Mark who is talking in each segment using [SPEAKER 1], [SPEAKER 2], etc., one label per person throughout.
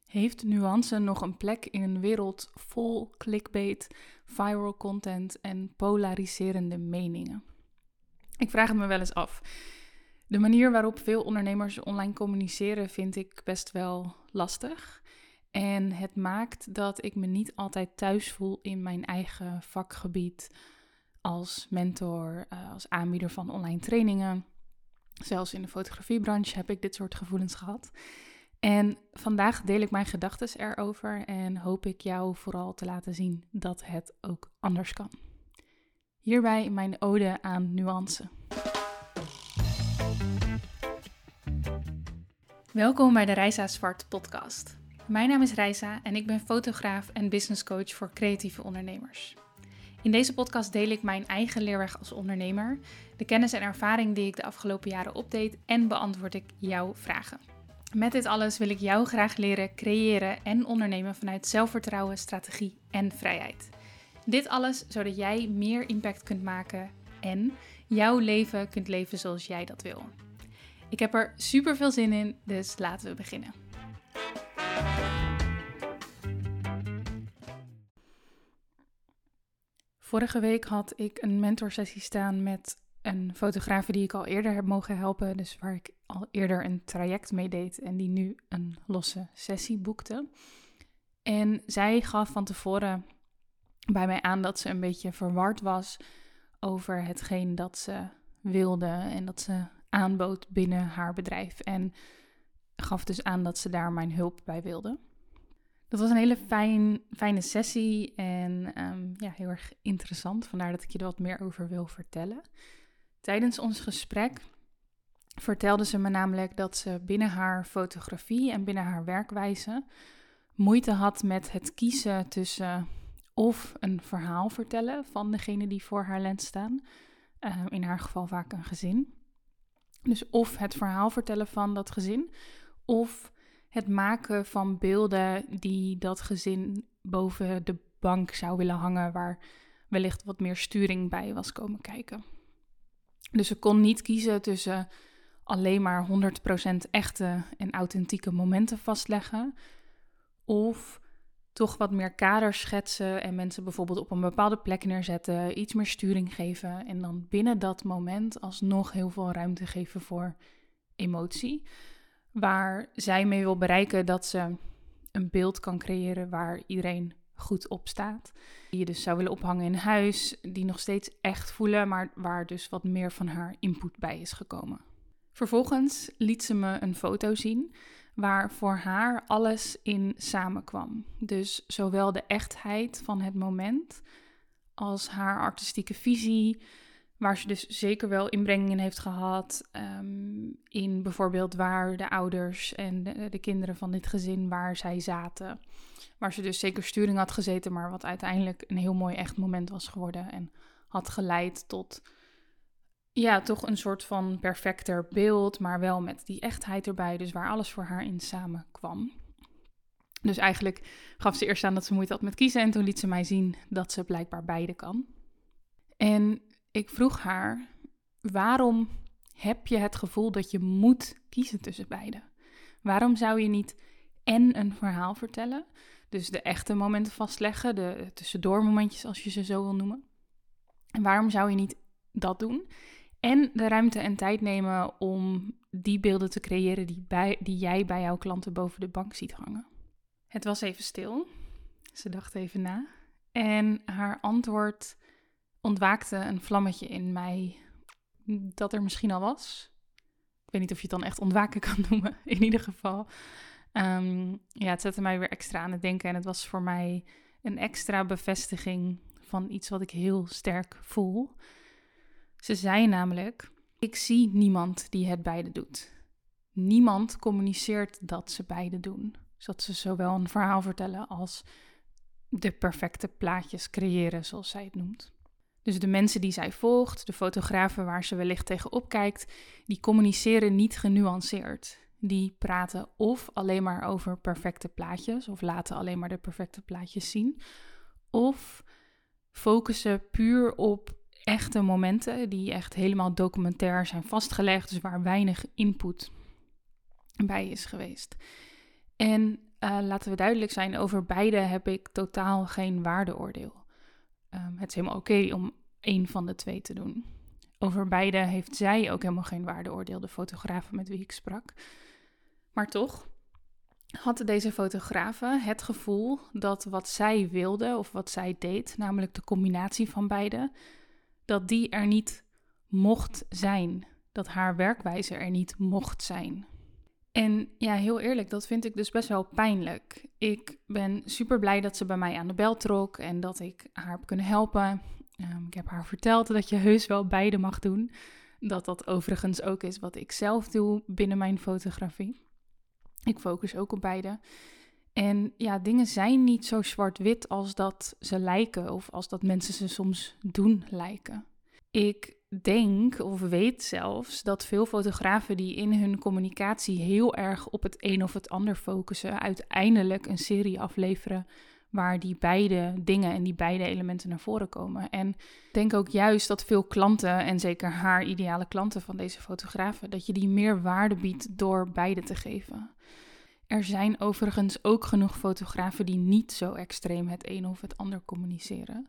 [SPEAKER 1] Heeft nuance nog een plek in een wereld vol clickbait, viral content en polariserende meningen? Ik vraag het me wel eens af. De manier waarop veel ondernemers online communiceren vind ik best wel lastig. En het maakt dat ik me niet altijd thuis voel in mijn eigen vakgebied als mentor, als aanbieder van online trainingen. Zelfs in de fotografiebranche heb ik dit soort gevoelens gehad. En vandaag deel ik mijn gedachten erover en hoop ik jou vooral te laten zien dat het ook anders kan. Hierbij mijn ode aan nuance. Welkom bij de Reisa Zwart podcast. Mijn naam is Reisa en ik ben fotograaf en businesscoach voor creatieve ondernemers. In deze podcast deel ik mijn eigen leerweg als ondernemer, de kennis en ervaring die ik de afgelopen jaren opdeed en beantwoord ik jouw vragen. Met dit alles wil ik jou graag leren creëren en ondernemen vanuit zelfvertrouwen, strategie en vrijheid. Dit alles zodat jij meer impact kunt maken en jouw leven kunt leven zoals jij dat wil. Ik heb er super veel zin in, dus laten we beginnen. Vorige week had ik een mentorsessie staan met een fotograaf die ik al eerder heb mogen helpen. Dus waar ik al eerder een traject mee deed en die nu een losse sessie boekte. En zij gaf van tevoren bij mij aan dat ze een beetje verward was over hetgeen dat ze wilde en dat ze aanbood binnen haar bedrijf. En gaf dus aan dat ze daar mijn hulp bij wilde. Dat was een hele fijne sessie en heel erg interessant. Vandaar dat ik je er wat meer over wil vertellen. Tijdens ons gesprek vertelde ze me namelijk dat ze binnen haar fotografie en binnen haar werkwijze moeite had met het kiezen tussen of een verhaal vertellen van degene die voor haar lens staan. In haar geval vaak een gezin. Dus of het verhaal vertellen van dat gezin of het maken van beelden die dat gezin boven de bank zou willen hangen, waar wellicht wat meer sturing bij was komen kijken. Dus ze kon niet kiezen tussen alleen maar 100% echte en authentieke momenten vastleggen, of toch wat meer kaders schetsen en mensen bijvoorbeeld op een bepaalde plek neerzetten, iets meer sturing geven en dan binnen dat moment alsnog heel veel ruimte geven voor emotie. Waar zij mee wil bereiken dat ze een beeld kan creëren waar iedereen goed op staat. Die je dus zou willen ophangen in huis, die nog steeds echt voelen, maar waar dus wat meer van haar input bij is gekomen. Vervolgens liet ze me een foto zien waar voor haar alles in samenkwam. Dus zowel de echtheid van het moment als haar artistieke visie, waar ze dus zeker wel inbrenging in heeft gehad, in bijvoorbeeld waar de ouders en de kinderen van dit gezin, waar zij zaten. Waar ze dus zeker sturing had gezeten, maar wat uiteindelijk een heel mooi echt moment was geworden. En had geleid tot, toch een soort van perfecter beeld, maar wel met die echtheid erbij. Dus waar alles voor haar in samenkwam. Dus eigenlijk gaf ze eerst aan dat ze moeite had met kiezen en toen liet ze mij zien dat ze blijkbaar beide kan. En ik vroeg haar, waarom heb je het gevoel dat je moet kiezen tussen beide? Waarom zou je niet en een verhaal vertellen, dus de echte momenten vastleggen, de tussendoormomentjes als je ze zo wil noemen? En waarom zou je niet dat doen en de ruimte en tijd nemen om die beelden te creëren die jij bij jouw klanten boven de bank ziet hangen? Het was even stil, ze dacht even na en haar antwoord ontwaakte een vlammetje in mij dat er misschien al was. Ik weet niet of je het dan echt ontwaken kan noemen, in ieder geval. Het zette mij weer extra aan het denken en het was voor mij een extra bevestiging van iets wat ik heel sterk voel. Ze zei namelijk, ik zie niemand die het beide doet. Niemand communiceert dat ze beide doen. Zodat ze zowel een verhaal vertellen als de perfecte plaatjes creëren, zoals zij het noemt. Dus de mensen die zij volgt, de fotografen waar ze wellicht tegenop kijkt, die communiceren niet genuanceerd. Die praten of alleen maar over perfecte plaatjes of laten alleen maar de perfecte plaatjes zien. Of focussen puur op echte momenten die echt helemaal documentair zijn vastgelegd, dus waar weinig input bij is geweest. En laten we duidelijk zijn, over beide heb ik totaal geen waardeoordeel. Het is helemaal oké om één van de twee te doen. Over beide heeft zij ook helemaal geen waardeoordeel, de fotografe met wie ik sprak. Maar toch had deze fotografe het gevoel dat wat zij wilde of wat zij deed, namelijk de combinatie van beide, dat die er niet mocht zijn. Dat haar werkwijze er niet mocht zijn. En ja, heel eerlijk, dat vind ik dus best wel pijnlijk. Ik ben super blij dat ze bij mij aan de bel trok en dat ik haar heb kunnen helpen. Ik heb haar verteld dat je heus wel beide mag doen. Dat overigens ook is wat ik zelf doe binnen mijn fotografie. Ik focus ook op beide. En ja, dingen zijn niet zo zwart-wit als dat ze lijken of als dat mensen ze soms doen lijken. Ik denk of weet zelfs dat veel fotografen die in hun communicatie heel erg op het een of het ander focussen, uiteindelijk een serie afleveren waar die beide dingen en die beide elementen naar voren komen. En ik denk ook juist dat veel klanten, en zeker haar ideale klanten van deze fotografen, dat je die meer waarde biedt door beide te geven. Er zijn overigens ook genoeg fotografen die niet zo extreem het een of het ander communiceren.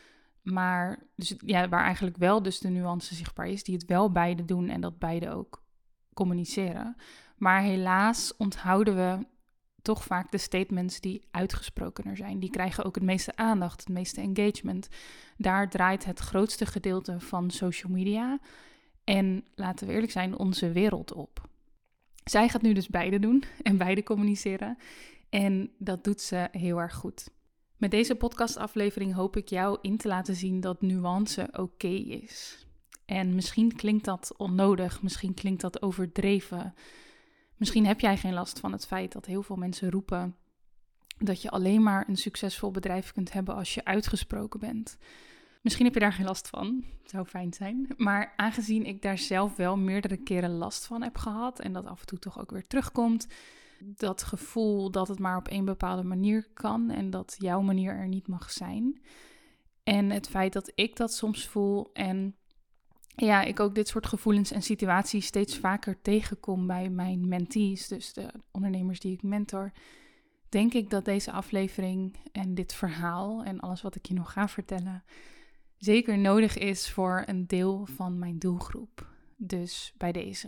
[SPEAKER 1] Maar dus, ja, waar eigenlijk wel dus de nuance zichtbaar is, die het wel beide doen en dat beide ook communiceren. Maar helaas onthouden we toch vaak de statements die uitgesprokener zijn. Die krijgen ook het meeste aandacht, het meeste engagement. Daar draait het grootste gedeelte van social media en, laten we eerlijk zijn, onze wereld op. Zij gaat nu dus beide doen en beide communiceren. En dat doet ze heel erg goed. Met deze podcastaflevering hoop ik jou in te laten zien dat nuance oké is. En misschien klinkt dat onnodig, misschien klinkt dat overdreven. Misschien heb jij geen last van het feit dat heel veel mensen roepen dat je alleen maar een succesvol bedrijf kunt hebben als je uitgesproken bent. Misschien heb je daar geen last van, het zou fijn zijn. Maar aangezien ik daar zelf wel meerdere keren last van heb gehad en dat af en toe toch ook weer terugkomt, dat gevoel dat het maar op één bepaalde manier kan en dat jouw manier er niet mag zijn. En het feit dat ik dat soms voel en ja, ik ook dit soort gevoelens en situaties steeds vaker tegenkom bij mijn mentees, dus de ondernemers die ik mentor, denk ik dat deze aflevering en dit verhaal en alles wat ik je nog ga vertellen zeker nodig is voor een deel van mijn doelgroep. Dus bij deze.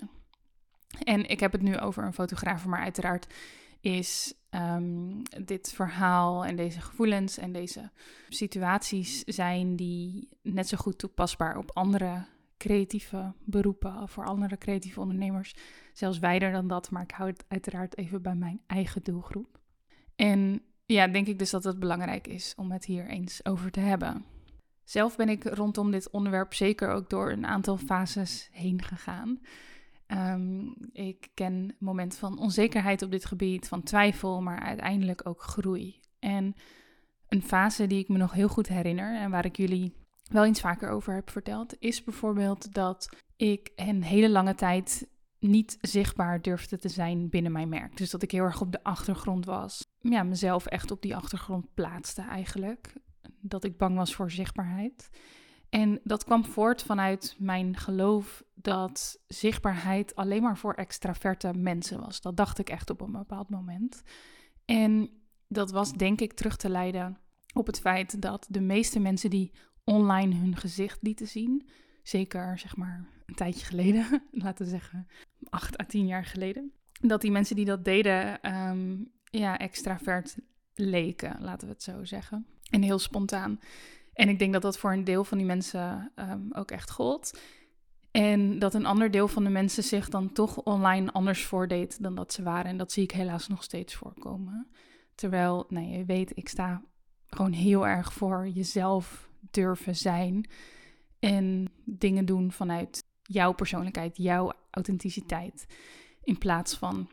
[SPEAKER 1] En ik heb het nu over een fotograaf, maar uiteraard is dit verhaal en deze gevoelens en deze situaties zijn die net zo goed toepasbaar op andere creatieve beroepen, voor andere creatieve ondernemers. Zelfs wijder dan dat, maar ik hou het uiteraard even bij mijn eigen doelgroep. En ja, denk ik dus dat het belangrijk is om het hier eens over te hebben. Zelf ben ik rondom dit onderwerp zeker ook door een aantal fases heen gegaan. Ik ken momenten van onzekerheid op dit gebied, van twijfel, maar uiteindelijk ook groei. En een fase die ik me nog heel goed herinner en waar ik jullie wel eens vaker over heb verteld, is bijvoorbeeld dat ik een hele lange tijd niet zichtbaar durfde te zijn binnen mijn merk. Dus dat ik heel erg op de achtergrond was. Ja, mezelf echt op die achtergrond plaatste eigenlijk. Dat ik bang was voor zichtbaarheid. En dat kwam voort vanuit mijn geloof dat zichtbaarheid alleen maar voor extraverte mensen was. Dat dacht ik echt op een bepaald moment. En dat was denk ik terug te leiden op het feit dat de meeste mensen die online hun gezicht lieten zien, zeker zeg maar een tijdje geleden, laten we zeggen 8 à 10 jaar geleden, dat die mensen die dat deden extravert leken, laten we het zo zeggen. En heel spontaan. En ik denk dat dat voor een deel van die mensen ook echt gold. En dat een ander deel van de mensen zich dan toch online anders voordeed dan dat ze waren. En dat zie ik helaas nog steeds voorkomen. Terwijl, je weet, ik sta gewoon heel erg voor jezelf durven zijn. En dingen doen vanuit jouw persoonlijkheid, jouw authenticiteit. In plaats van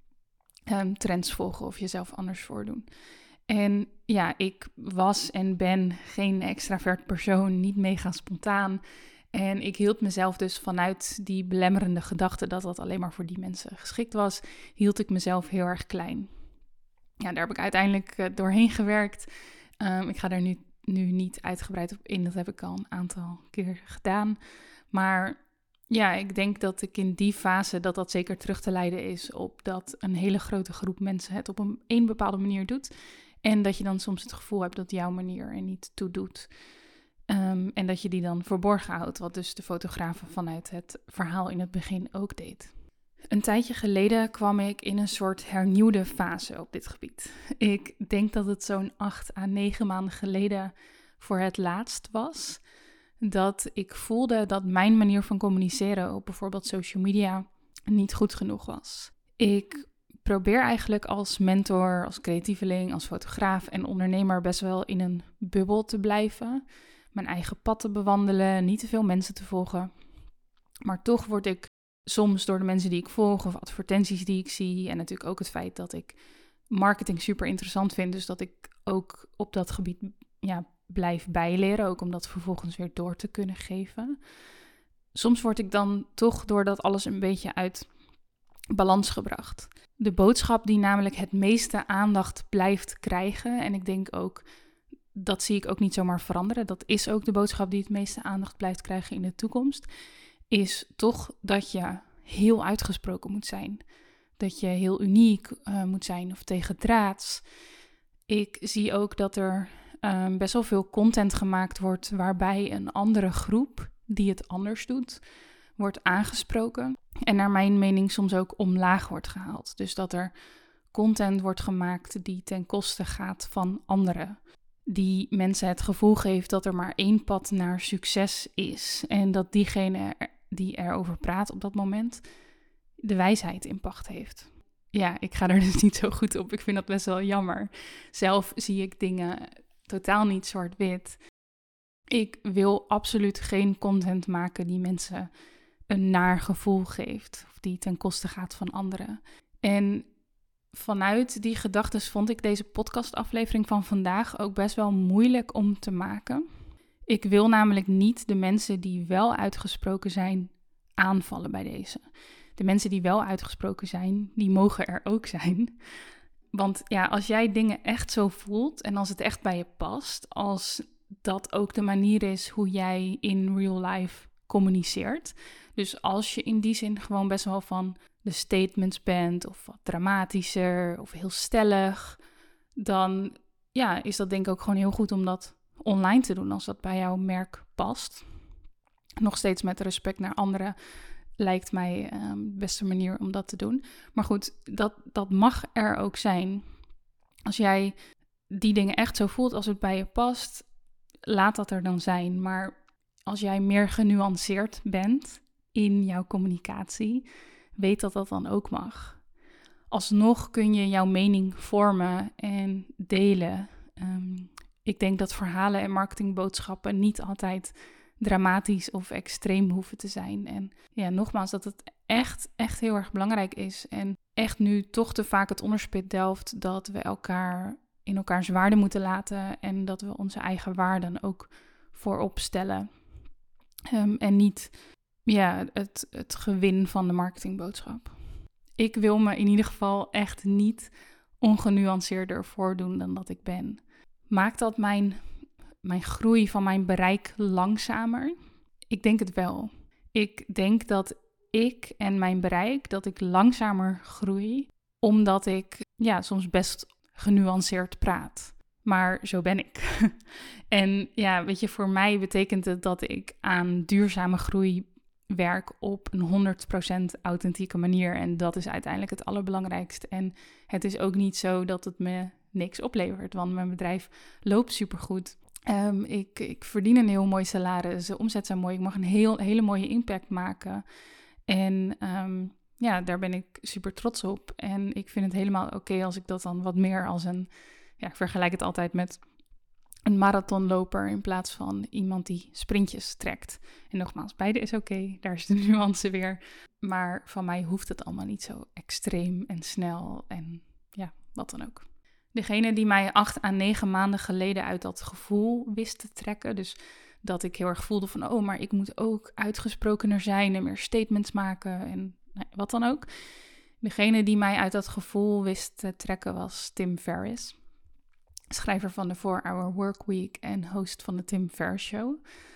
[SPEAKER 1] trends volgen of jezelf anders voordoen. En ja, ik was en ben geen extravert persoon, niet mega spontaan. En ik hield mezelf dus vanuit die belemmerende gedachte dat dat alleen maar voor die mensen geschikt was, hield ik mezelf heel erg klein. Ja, daar heb ik uiteindelijk doorheen gewerkt. Ik ga daar nu niet uitgebreid op in, dat heb ik al een aantal keer gedaan. Maar Ja, ik denk dat ik in die fase dat zeker terug te leiden is op dat een hele grote groep mensen het op een bepaalde manier doet. En dat je dan soms het gevoel hebt dat jouw manier er niet toe doet. En dat je die dan verborgen houdt, wat dus de fotografen vanuit het verhaal in het begin ook deed. Een tijdje geleden kwam ik in een soort hernieuwde fase op dit gebied. Ik denk dat het zo'n 8 à 9 maanden geleden voor het laatst was dat ik voelde dat mijn manier van communiceren op bijvoorbeeld social media niet goed genoeg was. Ik probeer eigenlijk als mentor, als creatieveling, als fotograaf en ondernemer best wel in een bubbel te blijven. Mijn eigen pad te bewandelen, niet te veel mensen te volgen. Maar toch word ik soms door de mensen die ik volg of advertenties die ik zie en natuurlijk ook het feit dat ik marketing super interessant vind, dus dat ik ook op dat gebied blijf bijleren, ook om dat vervolgens weer door te kunnen geven. Soms word ik dan toch door dat alles een beetje uit balans gebracht. De boodschap die namelijk het meeste aandacht blijft krijgen, en ik denk ook, dat zie ik ook niet zomaar veranderen, dat is ook de boodschap die het meeste aandacht blijft krijgen in de toekomst, is toch dat je heel uitgesproken moet zijn. Dat je heel uniek moet zijn of tegendraads. Ik zie ook dat er best wel veel content gemaakt wordt waarbij een andere groep die het anders doet, wordt aangesproken. En naar mijn mening soms ook omlaag wordt gehaald. Dus dat er content wordt gemaakt die ten koste gaat van anderen. Die mensen het gevoel geeft dat er maar één pad naar succes is. En dat diegene die erover praat op dat moment de wijsheid in pacht heeft. Ja, ik ga er dus niet zo goed op. Ik vind dat best wel jammer. Zelf zie ik dingen totaal niet zwart-wit. Ik wil absoluut geen content maken die mensen een naar gevoel geeft. Of die ten koste gaat van anderen. En vanuit die gedachtes vond ik deze podcastaflevering van vandaag ook best wel moeilijk om te maken. Ik wil namelijk niet de mensen die wel uitgesproken zijn aanvallen bij deze. De mensen die wel uitgesproken zijn, die mogen er ook zijn. Want ja, als jij dingen echt zo voelt en als het echt bij je past, als dat ook de manier is hoe jij in real life communiceert. Dus als je in die zin gewoon best wel van de statements bent of wat dramatischer of heel stellig, dan ja, is dat denk ik ook gewoon heel goed om dat online te doen als dat bij jouw merk past. Nog steeds met respect naar anderen lijkt mij de beste manier om dat te doen. Maar goed, dat mag er ook zijn. Als jij die dingen echt zo voelt als het bij je past, laat dat er dan zijn. Maar als jij meer genuanceerd bent in jouw communicatie, weet dat dat dan ook mag. Alsnog kun je jouw mening vormen en delen. Ik denk dat verhalen en marketingboodschappen niet altijd dramatisch of extreem hoeven te zijn. En ja, nogmaals, dat het echt heel erg belangrijk is. En echt nu toch te vaak het onderspit delft dat we elkaar in elkaars waarde moeten laten. En dat we onze eigen waarden ook voorop stellen. En niet het gewin van de marketingboodschap. Ik wil me in ieder geval echt niet ongenuanceerder voordoen dan dat ik ben. Maakt dat mijn groei van mijn bereik langzamer? Ik denk het wel. Ik denk dat ik en mijn bereik, dat ik langzamer groei, omdat ik soms best genuanceerd praat. Maar zo ben ik. En ja, weet je, voor mij betekent het dat ik aan duurzame groei werk op een 100% authentieke manier. En dat is uiteindelijk het allerbelangrijkste. En het is ook niet zo dat het me niks oplevert, want mijn bedrijf loopt supergoed. Ik verdien een heel mooi salaris, de omzet zijn mooi, ik mag een hele mooie impact maken. En daar ben ik super trots op. En ik vind het helemaal oké als ik dat dan wat meer als ik vergelijk het altijd met een marathonloper in plaats van iemand die sprintjes trekt. En nogmaals, beide is oké, daar is de nuance weer. Maar van mij hoeft het allemaal niet zo extreem en snel en wat dan ook. Degene die mij 8 à 9 maanden geleden uit dat gevoel wist te trekken, dus dat ik heel erg voelde van, maar ik moet ook uitgesprokener zijn en meer statements maken en wat dan ook. Degene die mij uit dat gevoel wist te trekken was Tim Ferriss. Schrijver van de 4-Hour Workweek en host van de Tim Ferriss Show.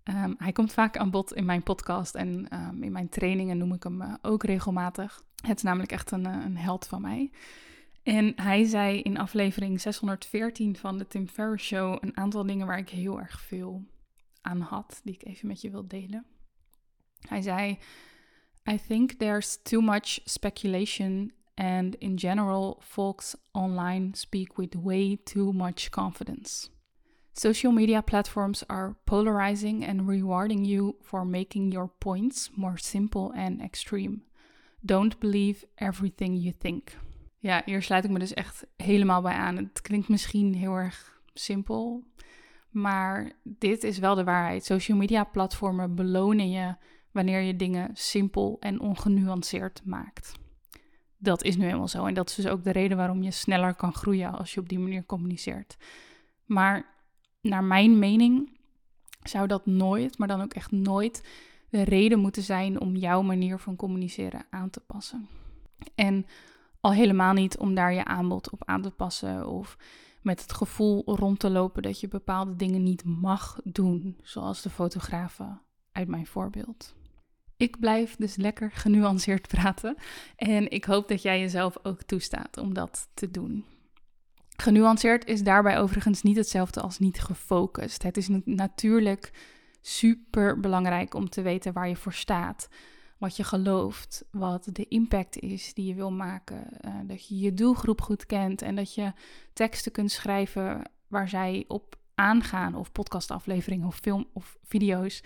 [SPEAKER 1] Hij komt vaak aan bod in mijn podcast en in mijn trainingen noem ik hem ook regelmatig. Het is namelijk echt een held van mij. En hij zei in aflevering 614 van de Tim Ferriss Show een aantal dingen waar ik heel erg veel aan had, die ik even met je wil delen. Hij zei, I think there's too much speculation and in general folks online speak with way too much confidence. Social media platforms are polarizing and rewarding you for making your points more simple and extreme. Don't believe everything you think. Ja, hier sluit ik me dus echt helemaal bij aan. Het klinkt misschien heel erg simpel, maar dit is wel de waarheid. Social media platformen belonen je wanneer je dingen simpel en ongenuanceerd maakt. Dat is nu eenmaal zo en dat is dus ook de reden waarom je sneller kan groeien als je op die manier communiceert. Maar naar mijn mening zou dat nooit, maar dan ook echt nooit, de reden moeten zijn om jouw manier van communiceren aan te passen. En al helemaal niet om daar je aanbod op aan te passen of met het gevoel rond te lopen dat je bepaalde dingen niet mag doen, zoals de fotografen uit mijn voorbeeld. Ik blijf dus lekker genuanceerd praten en ik hoop dat jij jezelf ook toestaat om dat te doen. Genuanceerd is daarbij overigens niet hetzelfde als niet gefocust. Het is natuurlijk super belangrijk om te weten waar je voor staat, wat je gelooft, wat de impact is die je wil maken, dat je je doelgroep goed kent en dat je teksten kunt schrijven waar zij op aangaan, of podcastafleveringen of film of video's.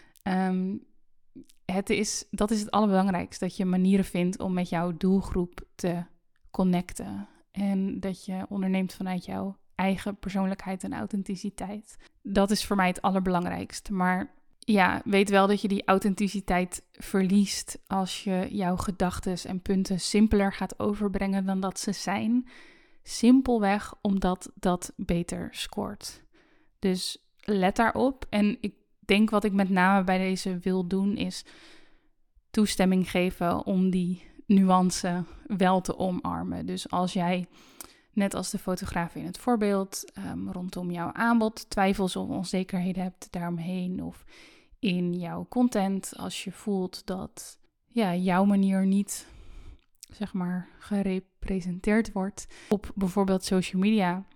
[SPEAKER 1] Dat is het allerbelangrijkste, dat je manieren vindt om met jouw doelgroep te connecten. En dat je onderneemt vanuit jouw eigen persoonlijkheid en authenticiteit. Dat is voor mij het allerbelangrijkste. Maar ja, weet wel dat je die authenticiteit verliest als je jouw gedachten en punten simpeler gaat overbrengen dan dat ze zijn. Simpelweg omdat dat beter scoort. Dus let daarop. En ik denk wat ik met name bij deze wil doen is toestemming geven om die nuance wel te omarmen. Dus als jij, net als de fotograaf in het voorbeeld, rondom jouw aanbod twijfels of onzekerheden hebt daaromheen of in jouw content, als je voelt dat jouw manier niet, zeg maar, gerepresenteerd wordt op bijvoorbeeld social media,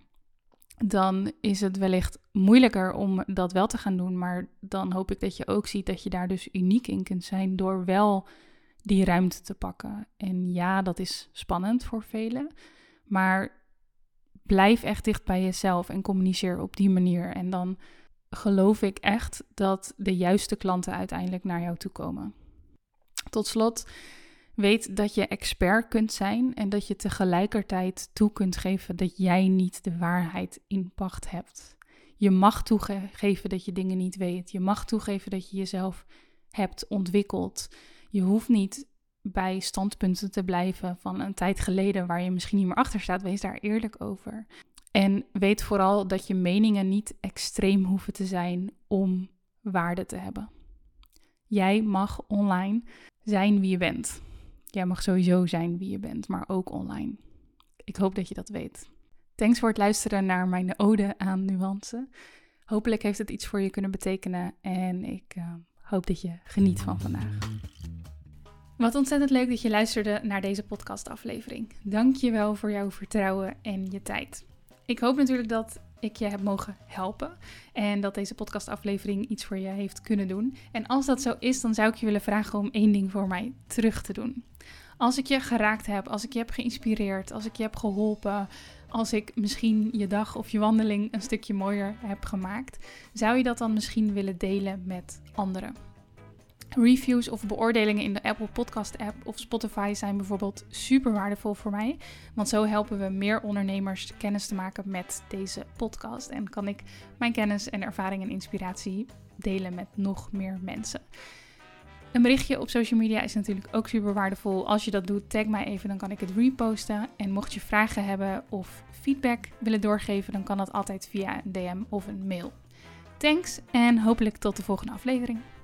[SPEAKER 1] dan is het wellicht moeilijker om dat wel te gaan doen. Maar dan hoop ik dat je ook ziet dat je daar dus uniek in kunt zijn door wel die ruimte te pakken. En ja, dat is spannend voor velen, maar blijf echt dicht bij jezelf en communiceer op die manier. En dan geloof ik echt dat de juiste klanten uiteindelijk naar jou toe komen. Tot slot, weet dat je expert kunt zijn en dat je tegelijkertijd toe kunt geven dat jij niet de waarheid in pacht hebt. Je mag toegeven dat je dingen niet weet. Je mag toegeven dat je jezelf hebt ontwikkeld. Je hoeft niet bij standpunten te blijven van een tijd geleden waar je misschien niet meer achter staat. Wees daar eerlijk over. En weet vooral dat je meningen niet extreem hoeven te zijn om waarde te hebben. Jij mag online zijn wie je bent. Jij mag sowieso zijn wie je bent, maar ook online. Ik hoop dat je dat weet. Thanks voor het luisteren naar mijn ode aan nuance. Hopelijk heeft het iets voor je kunnen betekenen en ik hoop dat je geniet van vandaag. Wat ontzettend leuk dat je luisterde naar deze podcastaflevering. Dank je wel voor jouw vertrouwen en je tijd. Ik hoop natuurlijk dat ik je heb mogen helpen en dat deze podcastaflevering iets voor je heeft kunnen doen. En als dat zo is, dan zou ik je willen vragen om 1 ding voor mij terug te doen. Als ik je geraakt heb, als ik je heb geïnspireerd, als ik je heb geholpen, als ik misschien je dag of je wandeling een stukje mooier heb gemaakt, zou je dat dan misschien willen delen met anderen? Reviews of beoordelingen in de Apple Podcast app of Spotify zijn bijvoorbeeld super waardevol voor mij. Want zo helpen we meer ondernemers kennis te maken met deze podcast. En kan ik mijn kennis en ervaring en inspiratie delen met nog meer mensen. Een berichtje op social media is natuurlijk ook super waardevol. Als je dat doet, tag mij even, dan kan ik het reposten. En mocht je vragen hebben of feedback willen doorgeven, dan kan dat altijd via een DM of een mail. Thanks en hopelijk tot de volgende aflevering.